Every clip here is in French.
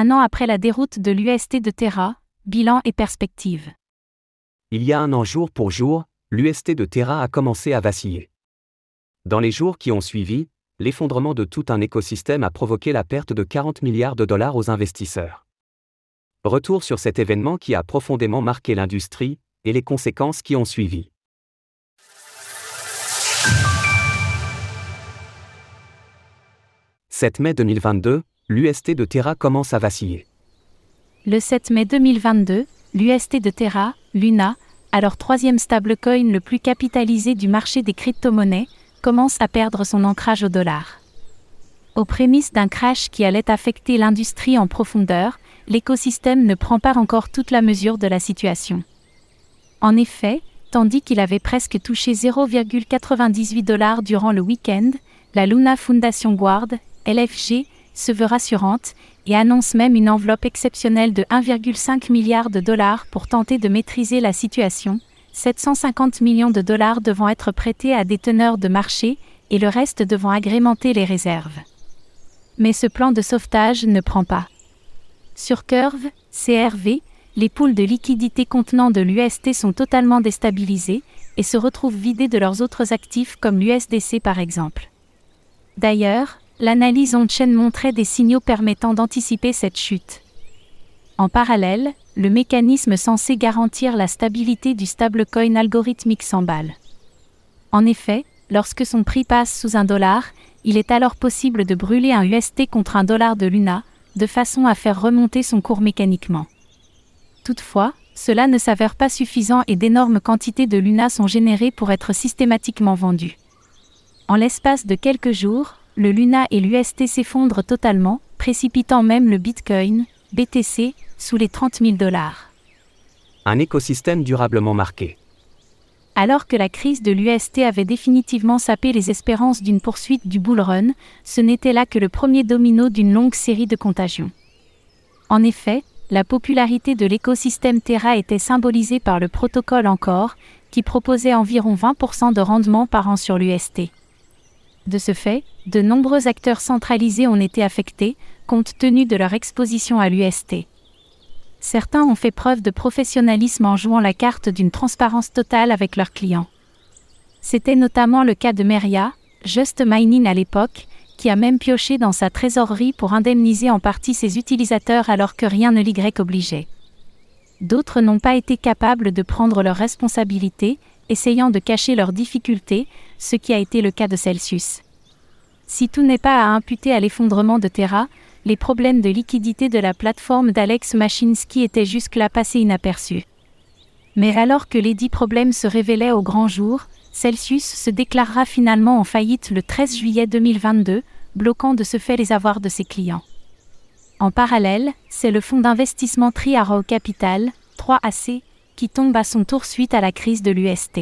Un an après la déroute de l'UST de Terra, bilan et perspective. Il y a un an jour pour jour, l'UST de Terra a commencé à vaciller. Dans les jours qui ont suivi, l'effondrement de tout un écosystème a provoqué la perte de 40 milliards de dollars aux investisseurs. Retour sur cet événement qui a profondément marqué l'industrie, et les conséquences qui ont suivi. « 7 mai 2022, l'UST de Terra commence à vaciller. Le 7 mai 2022, l'UST de Terra, Luna, alors troisième stablecoin le plus capitalisé du marché des crypto-monnaies, commence à perdre son ancrage au dollar. Aux prémices d'un crash qui allait affecter l'industrie en profondeur, l'écosystème ne prend pas encore toute la mesure de la situation. En effet, tandis qu'il avait presque touché 0,98 $ durant le week-end, la Luna Foundation Guard, LFG, se veut rassurante et annonce même une enveloppe exceptionnelle de 1,5 milliard de dollars pour tenter de maîtriser la situation, 750 millions de dollars devant être prêtés à des teneurs de marché et le reste devant agrémenter les réserves. Mais ce plan de sauvetage ne prend pas. Sur Curve, CRV, les pools de liquidités contenant de l'UST sont totalement déstabilisés et se retrouvent vidés de leurs autres actifs comme l'USDC par exemple. D'ailleurs, l'analyse on-chain montrait des signaux permettant d'anticiper cette chute. En parallèle, le mécanisme censé garantir la stabilité du stablecoin algorithmique s'emballe. En effet, lorsque son prix passe sous $1, il est alors possible de brûler un UST contre $1 de Luna, de façon à faire remonter son cours mécaniquement. Toutefois, cela ne s'avère pas suffisant et d'énormes quantités de Luna sont générées pour être systématiquement vendues. En l'espace de quelques jours, le Luna et l'UST s'effondrent totalement, précipitant même le Bitcoin, BTC, sous les 30 000 $. Un écosystème durablement marqué. Alors que la crise de l'UST avait définitivement sapé les espérances d'une poursuite du bull run, ce n'était là que le premier domino d'une longue série de contagions. En effet, la popularité de l'écosystème Terra était symbolisée par le protocole Encore, qui proposait environ 20% de rendement par an sur l'UST. De ce fait, de nombreux acteurs centralisés ont été affectés, compte tenu de leur exposition à l'UST. Certains ont fait preuve de professionnalisme en jouant la carte d'une transparence totale avec leurs clients. C'était notamment le cas de Meria, Just Mining à l'époque, qui a même pioché dans sa trésorerie pour indemniser en partie ses utilisateurs alors que rien ne l'y obligeait. D'autres n'ont pas été capables de prendre leurs responsabilités, essayant de cacher leurs difficultés, ce qui a été le cas de Celsius. Si tout n'est pas à imputer à l'effondrement de Terra, les problèmes de liquidité de la plateforme d'Alex Mashinsky étaient jusque-là passés inaperçus. Mais alors que les 10 problèmes se révélaient au grand jour, Celsius se déclarera finalement en faillite le 13 juillet 2022, bloquant de ce fait les avoirs de ses clients. En parallèle, c'est le fonds d'investissement Three Arrows Capital, 3AC, qui tombe à son tour suite à la crise de l'UST.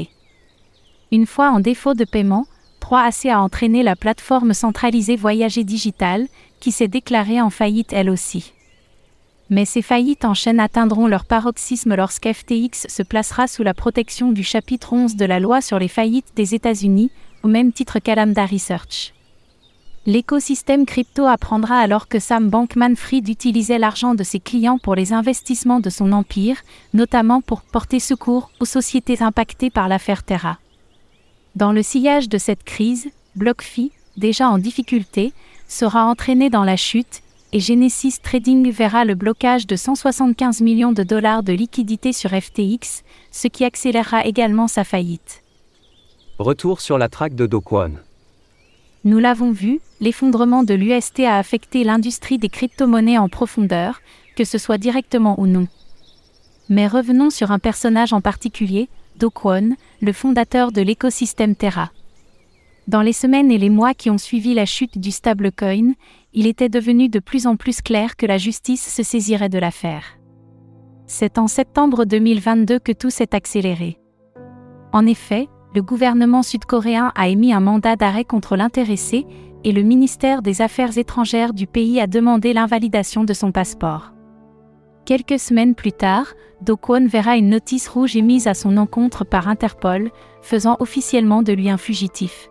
Une fois en défaut de paiement, 3AC a entraîné la plateforme centralisée Voyager Digital, qui s'est déclarée en faillite elle aussi. Mais ces faillites en chaîne atteindront leur paroxysme lorsque FTX se placera sous la protection du chapitre 11 de la loi sur les faillites des États-Unis, au même titre qu'Alameda Research. L'écosystème crypto apprendra alors que Sam Bankman-Fried utilisait l'argent de ses clients pour les investissements de son empire, notamment pour porter secours aux sociétés impactées par l'affaire Terra. Dans le sillage de cette crise, BlockFi, déjà en difficulté, sera entraîné dans la chute, et Genesis Trading verra le blocage de 175 millions de dollars de liquidités sur FTX, ce qui accélérera également sa faillite. Retour sur la traque de Do Kwon. Nous l'avons vu, l'effondrement de l'UST a affecté l'industrie des crypto-monnaies en profondeur, que ce soit directement ou non. Mais revenons sur un personnage en particulier, Do Kwon, le fondateur de l'écosystème Terra. Dans les semaines et les mois qui ont suivi la chute du stablecoin, il était devenu de plus en plus clair que la justice se saisirait de l'affaire. C'est en septembre 2022 que tout s'est accéléré. En effet, le gouvernement sud-coréen a émis un mandat d'arrêt contre l'intéressé et le ministère des Affaires étrangères du pays a demandé l'invalidation de son passeport. Quelques semaines plus tard, Do Kwon verra une notice rouge émise à son encontre par Interpol, faisant officiellement de lui un fugitif.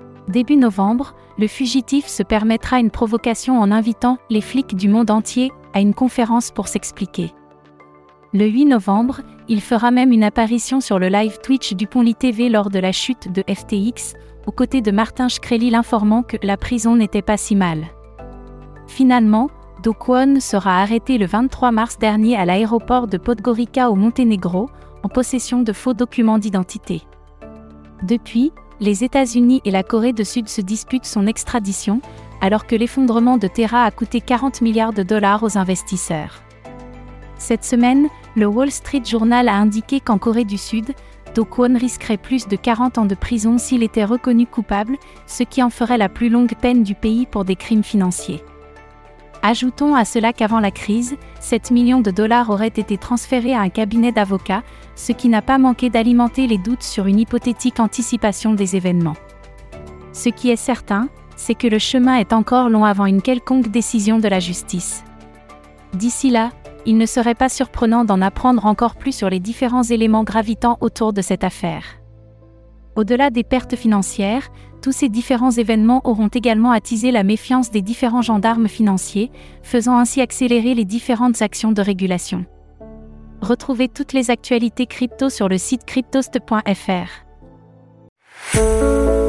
Début novembre, le fugitif se permettra une provocation en invitant les flics du monde entier à une conférence pour s'expliquer. Le 8 novembre, il fera même une apparition sur le live Twitch du Ponly TV lors de la chute de FTX, aux côtés de Martin Shkreli l'informant que la prison n'était pas si mal. Finalement, Do Kwon sera arrêté le 23 mars dernier à l'aéroport de Podgorica au Monténégro, en possession de faux documents d'identité. Depuis, les États-Unis et la Corée du Sud se disputent son extradition, alors que l'effondrement de Terra a coûté 40 milliards de dollars aux investisseurs. Cette semaine, le Wall Street Journal a indiqué qu'en Corée du Sud, Do Kwon risquerait plus de 40 ans de prison s'il était reconnu coupable, ce qui en ferait la plus longue peine du pays pour des crimes financiers. Ajoutons à cela qu'avant la crise, 7 millions de dollars auraient été transférés à un cabinet d'avocats, ce qui n'a pas manqué d'alimenter les doutes sur une hypothétique anticipation des événements. Ce qui est certain, c'est que le chemin est encore long avant une quelconque décision de la justice. D'ici là, il ne serait pas surprenant d'en apprendre encore plus sur les différents éléments gravitant autour de cette affaire. Au-delà des pertes financières, tous ces différents événements auront également attisé la méfiance des différents gendarmes financiers, faisant ainsi accélérer les différentes actions de régulation. Retrouvez toutes les actualités crypto sur le site cryptost.fr.